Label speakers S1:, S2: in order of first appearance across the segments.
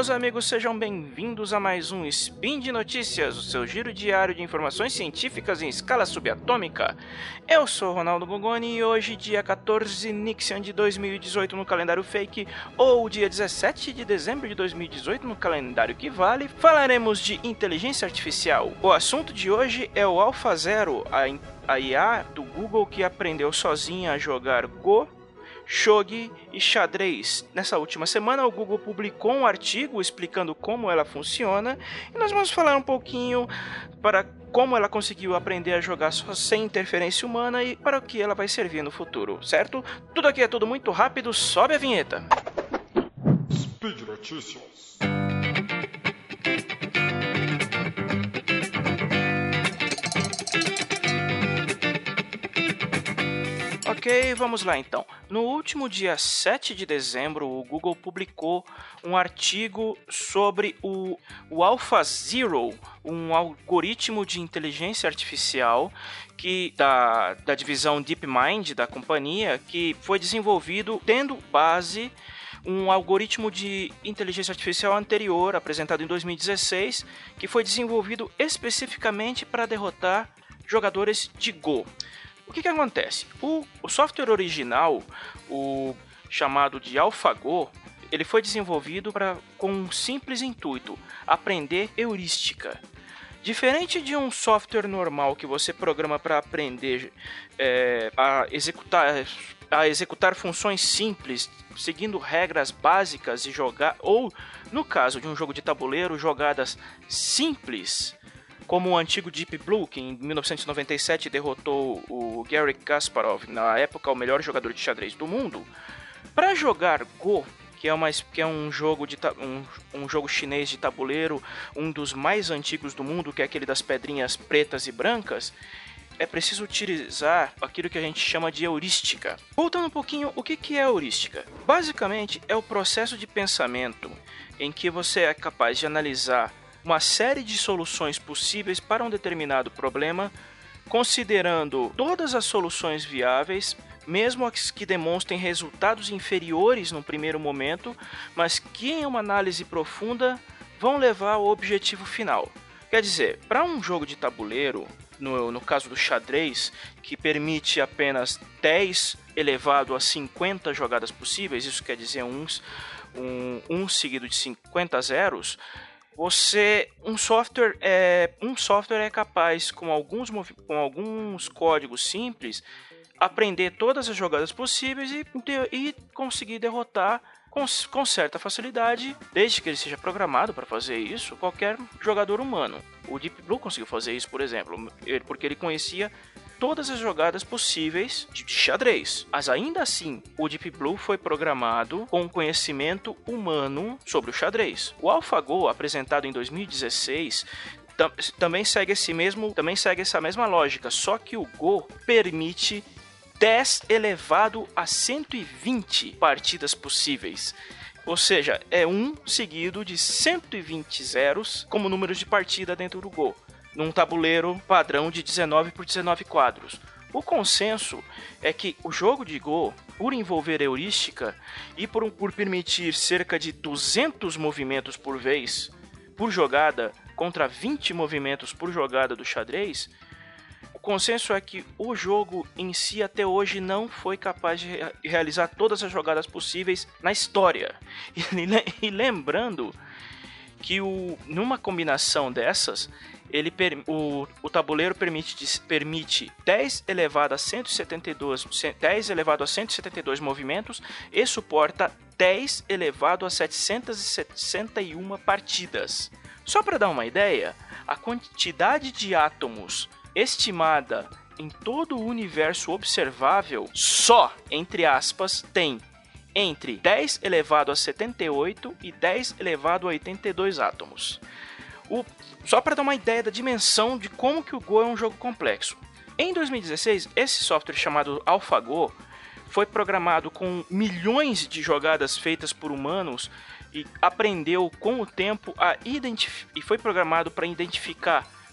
S1: meus amigos, sejam bem-vindos a mais um Spin de Notícias, o seu giro diário de informações científicas em escala subatômica. Eu sou Ronaldo Gongoni e hoje, dia 14 Nixian de 2018 no calendário fake, ou dia 17 de dezembro de 2018 no calendário que vale, falaremos de inteligência artificial. O assunto de hoje é o AlphaZero, a IA do Google que aprendeu sozinha a jogar Go, Shogi e xadrez. Nessa última semana, o Google publicou um artigo explicando como ela funciona e nós vamos falar um pouquinho para como ela conseguiu aprender a jogar só sem interferência humana e para o que ela vai servir no futuro, certo? Tudo aqui é tudo muito rápido, sobe a vinheta.
S2: Speed Notícias.
S1: Ok, vamos lá então. No último dia 7 de dezembro, o Google publicou um artigo sobre o AlphaZero, um algoritmo de inteligência artificial da divisão DeepMind da companhia, que foi desenvolvido tendo base um algoritmo de inteligência artificial anterior, apresentado em 2016, que foi desenvolvido especificamente para derrotar jogadores de Go. O que acontece? O software original, o chamado de AlphaGo, ele foi desenvolvido com um simples intuito: aprender heurística. Diferente de um software normal que você programa para aprender a executar funções simples, seguindo regras básicas e jogar, ou no caso de um jogo de tabuleiro, jogadas simples, como o antigo Deep Blue, que em 1997 derrotou o Garry Kasparov, na época o melhor jogador de xadrez do mundo. Para jogar Go, que é um jogo chinês de tabuleiro, um dos mais antigos do mundo, que é aquele das pedrinhas pretas e brancas, é preciso utilizar aquilo que a gente chama de heurística. Voltando um pouquinho, o que é heurística? Basicamente, é o processo de pensamento em que você é capaz de analisar uma série de soluções possíveis para um determinado problema, considerando todas as soluções viáveis, mesmo as que demonstrem resultados inferiores no primeiro momento, mas que em uma análise profunda vão levar ao objetivo final. Quer dizer, para um jogo de tabuleiro, no caso do xadrez, que permite apenas 10 elevado a 50 jogadas possíveis, isso quer dizer um seguido de 50 zeros, um software é capaz, com alguns códigos simples, aprender todas as jogadas possíveis e conseguir derrotar com certa facilidade, desde que ele seja programado para fazer isso, qualquer jogador humano. O Deep Blue conseguiu fazer isso, por exemplo, porque ele conhecia todas as jogadas possíveis de xadrez. Mas ainda assim, o Deep Blue foi programado com conhecimento humano sobre o xadrez. O AlphaGo, apresentado em 2016, também segue essa mesma lógica, só que o Go permite 10 elevado a 120 partidas possíveis. Ou seja, é um seguido de 120 zeros como números de partida dentro do Go, num tabuleiro padrão de 19 por 19 quadros. O consenso é que o jogo de Go, por envolver heurística e por permitir cerca de 200 movimentos por vez por jogada contra 20 movimentos por jogada do xadrez, o consenso é que o jogo em si até hoje não foi capaz de realizar todas as jogadas possíveis na história. E lembrando que numa combinação dessas, o tabuleiro permite 10 elevado a 172 movimentos e suporta 10 elevado a 761 partidas. Só para dar uma ideia, a quantidade de átomos estimada em todo o universo observável só, entre aspas, tem entre 10 elevado a 78 e 10 elevado a 82 átomos. Só para dar uma ideia da dimensão de como que o Go é um jogo complexo. Em 2016, esse software chamado AlphaGo foi programado com milhões de jogadas feitas por humanos e aprendeu com o tempo e foi programado para identificar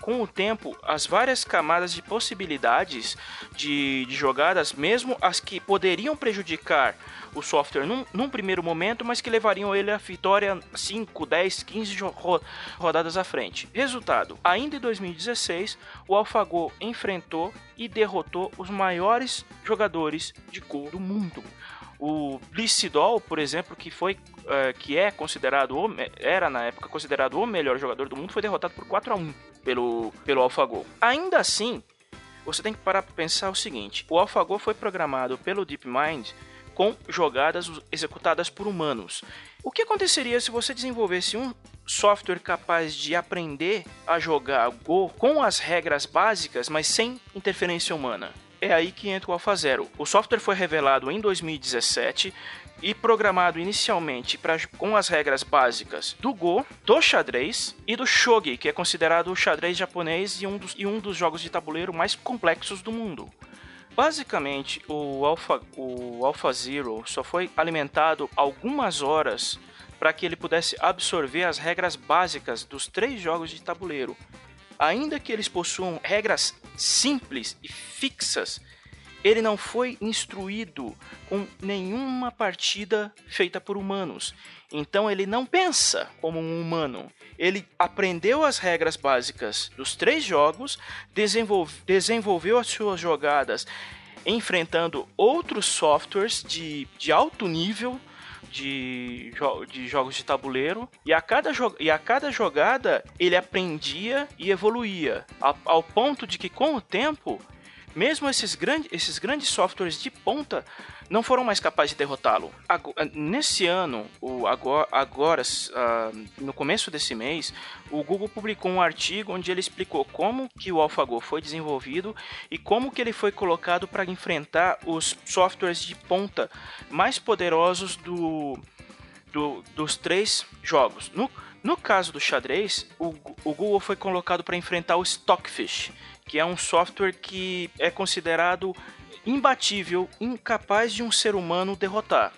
S1: com o tempo, as várias camadas de possibilidades de jogadas, mesmo as que poderiam prejudicar o software num primeiro momento, mas que levariam ele à vitória 5, 10, 15 rodadas à frente. Resultado, ainda em 2016, o AlphaGo enfrentou e derrotou os maiores jogadores de Go do mundo. O Lee Sedol, por exemplo, que é considerado, era na época considerado o melhor jogador do mundo, foi derrotado por 4-1 pelo AlphaGo. Ainda assim, você tem que parar para pensar o seguinte: o AlphaGo foi programado pelo DeepMind com jogadas executadas por humanos. O que aconteceria se você desenvolvesse um software capaz de aprender a jogar Go com as regras básicas, mas sem interferência humana? É aí que entra o AlphaZero. O software foi revelado em 2017 e programado inicialmente com as regras básicas do Go, do xadrez e do Shogi, que é considerado o xadrez japonês e um dos jogos de tabuleiro mais complexos do mundo. Basicamente, o AlphaZero só foi alimentado algumas horas para que ele pudesse absorver as regras básicas dos 3 jogos de tabuleiro. Ainda que eles possuam regras simples e fixas, ele não foi instruído com nenhuma partida feita por humanos. Então ele não pensa como um humano. Ele aprendeu as regras básicas dos 3 jogos, desenvolveu as suas jogadas enfrentando outros softwares de alto nível de jogos de tabuleiro, e a cada jogada ele aprendia e evoluía, ao ponto de que, com o tempo, mesmo esses grandes softwares de ponta não foram mais capazes de derrotá-lo. Nesse ano, no começo desse mês, o Google publicou um artigo onde ele explicou como que o AlphaGo foi desenvolvido e como que ele foi colocado para enfrentar os softwares de ponta mais poderosos dos 3 jogos. No caso do xadrez, o Google foi colocado para enfrentar o Stockfish, que é um software que é considerado imbatível, incapaz de um ser humano derrotar.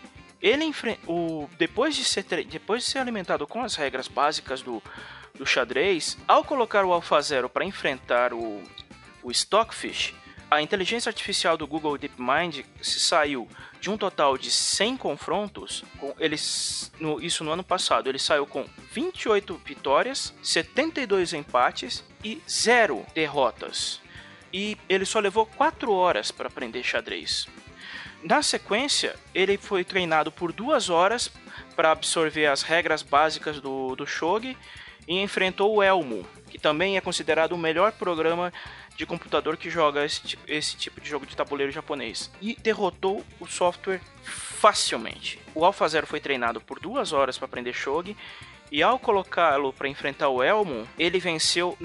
S1: Depois de ser alimentado com as regras básicas do xadrez, ao colocar o AlphaZero para enfrentar o Stockfish, a inteligência artificial do Google DeepMind se saiu de um total de 100 confrontos, isso no ano passado, ele saiu com 28 vitórias, 72 empates e 0 derrotas. E ele só levou 4 horas para aprender xadrez. Na sequência, ele foi treinado por 2 horas para absorver as regras básicas do Shogi e enfrentou o Elmo, que também é considerado o melhor programa de computador que joga esse tipo de jogo de tabuleiro japonês, e derrotou o software facilmente. O AlphaZero foi treinado por 2 horas para aprender Shogi, e ao colocá-lo para enfrentar o Elmo, ele venceu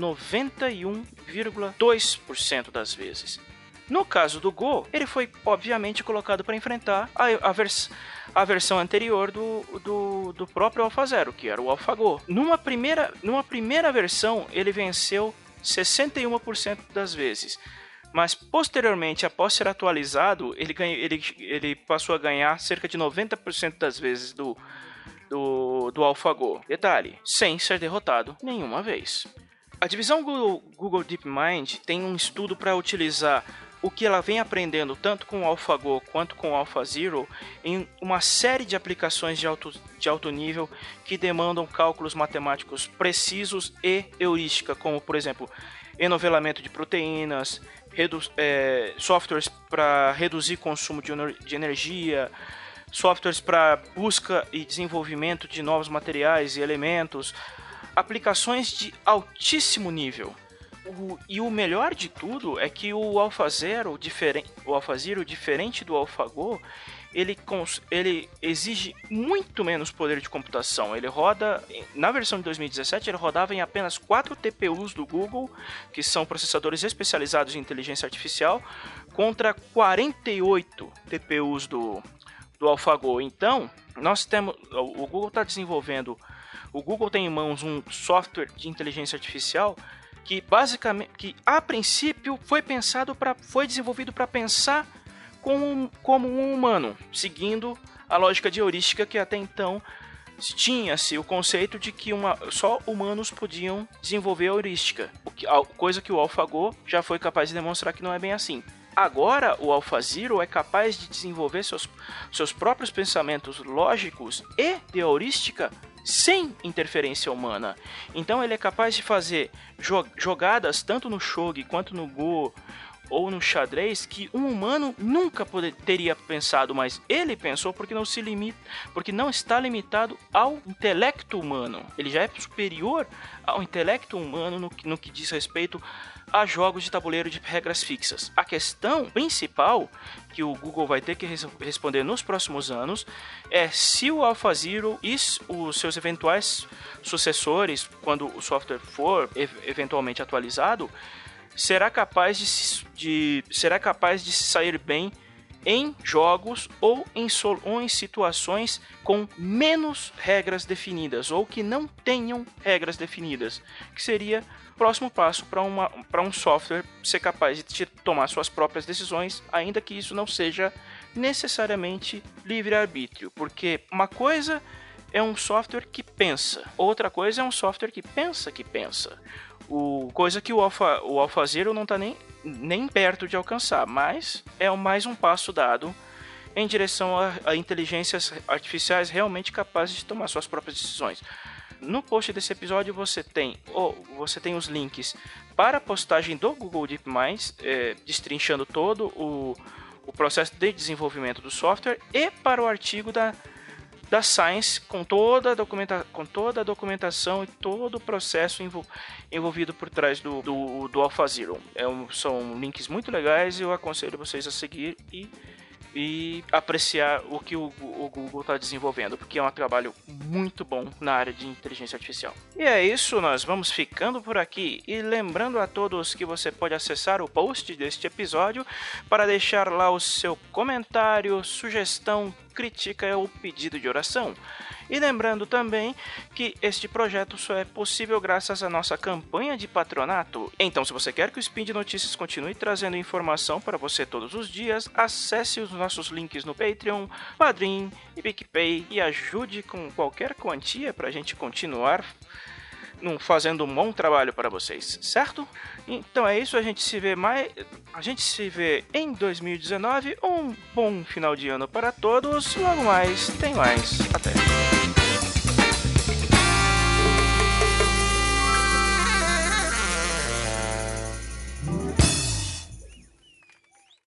S1: 91,2% das vezes. No caso do Go, ele foi obviamente colocado para enfrentar a versão anterior do próprio AlphaZero, que era o AlphaGo. Numa primeira versão, ele venceu 61% das vezes, mas posteriormente, após ser atualizado, ele passou a ganhar cerca de 90% das vezes do AlphaGo. Detalhe, sem ser derrotado nenhuma vez. A divisão Google DeepMind tem um estudo para utilizar o que ela vem aprendendo tanto com o AlphaGo quanto com o AlphaZero em uma série de aplicações de alto nível que demandam cálculos matemáticos precisos e heurística, como, por exemplo, enovelamento de proteínas, softwares para reduzir consumo de energia, softwares para busca e desenvolvimento de novos materiais e elementos, aplicações de altíssimo nível. E o melhor de tudo é que o AlphaZero, diferente do AlphaGo, ele exige muito menos poder de computação. Ele roda, na versão de 2017, ele rodava em apenas 4 TPUs do Google, que são processadores especializados em inteligência artificial, contra 48 TPUs do AlphaGo. Então, o Google está desenvolvendo, o Google tem em mãos um software de inteligência artificial que a princípio foi desenvolvido para pensar como um humano, seguindo a lógica de heurística que até então tinha-se o conceito de que só humanos podiam desenvolver a heurística, coisa que o AlphaGo já foi capaz de demonstrar que não é bem assim. Agora, o AlphaZero é capaz de desenvolver seus próprios pensamentos lógicos e de heurística sem interferência humana. Então, ele é capaz de fazer jogadas tanto no Shogi quanto no Go ou no xadrez que um humano nunca teria pensado, mas ele pensou porque não está limitado ao intelecto humano. Ele já é superior ao intelecto humano no que diz respeito a jogos de tabuleiro de regras fixas. A questão principal que o Google vai ter que responder nos próximos anos é se o AlphaZero e os seus eventuais sucessores, quando o software for eventualmente atualizado, será capaz de se sair bem em jogos ou em situações com menos regras definidas ou que não tenham regras definidas, que seria o próximo passo para um software ser capaz de tomar suas próprias decisões, ainda que isso não seja necessariamente livre-arbítrio, porque uma coisa é um software que pensa, outra coisa é um software que pensa que pensa. Coisa que o AlphaZero não está nem perto de alcançar, mas é mais um passo dado em direção a inteligências artificiais realmente capazes de tomar suas próprias decisões. No post desse episódio você tem os links para a postagem do Google DeepMind, destrinchando todo o processo de desenvolvimento do software, e para o artigo da Science, com toda a documentação e todo o processo envolvido por trás do AlphaZero. São links muito legais e eu aconselho vocês a seguir e apreciar o que o Google está desenvolvendo, porque é um trabalho muito bom na área de inteligência artificial. E é isso, nós vamos ficando por aqui. E lembrando a todos que você pode acessar o post deste episódio para deixar lá o seu comentário, sugestão, crítica ou pedido de oração. E lembrando também que este projeto só é possível graças à nossa campanha de patronato. Então, se você quer que o Spin de Notícias continue trazendo informação para você todos os dias, acesse os nossos links no Patreon, Padrim e PicPay e ajude com qualquer quantia para a gente continuar fazendo um bom trabalho para vocês, certo? Então é isso, a gente se vê em 2019. Um bom final de ano para todos. Logo mais, tem mais. Até.